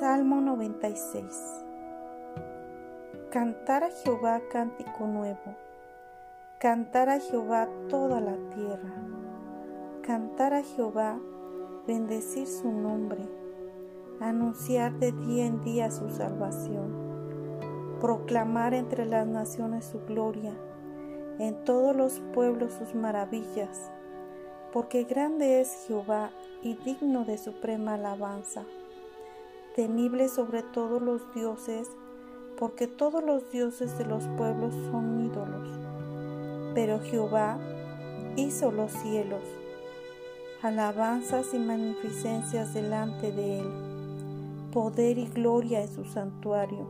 Salmo 96. Cantar a Jehová cántico nuevo, cantar a Jehová toda la tierra, cantar a Jehová, bendecir su nombre, anunciar de día en día su salvación, proclamar entre las naciones su gloria, en todos los pueblos sus maravillas, porque grande es Jehová y digno de suprema alabanza, temible sobre todos los dioses, porque todos los dioses de los pueblos son ídolos. Pero Jehová hizo los cielos, alabanzas y magnificencias delante de él, poder y gloria en su santuario.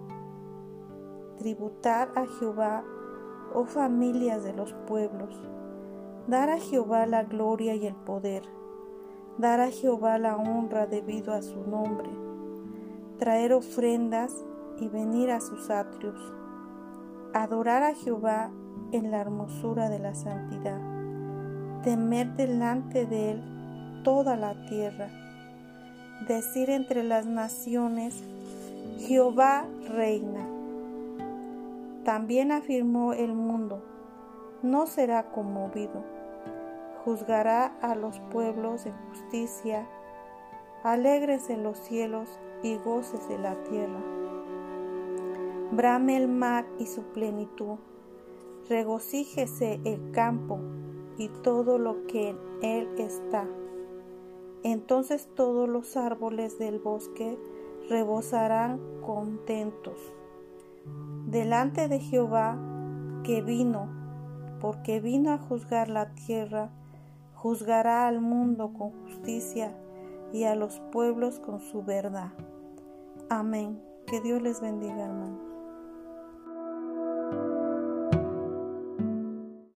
Tributad a Jehová, oh familias de los pueblos, dar a Jehová la gloria y el poder, dar a Jehová la honra debido a su nombre, traer ofrendas y venir a sus atrios, adorar a Jehová en la hermosura de la santidad, temer delante de él toda la tierra, decir entre las naciones, Jehová reina. También afirmó el mundo, no será conmovido, juzgará a los pueblos en justicia, alégrese los cielos y gócese la tierra. Brame el mar y su plenitud, regocíjese el campo y todo lo que en él está. Entonces todos los árboles del bosque rebosarán contentos delante de Jehová que vino, porque vino a juzgar la tierra, juzgará al mundo con justicia y a los pueblos con su verdad. Amén. Que Dios les bendiga, hermanos.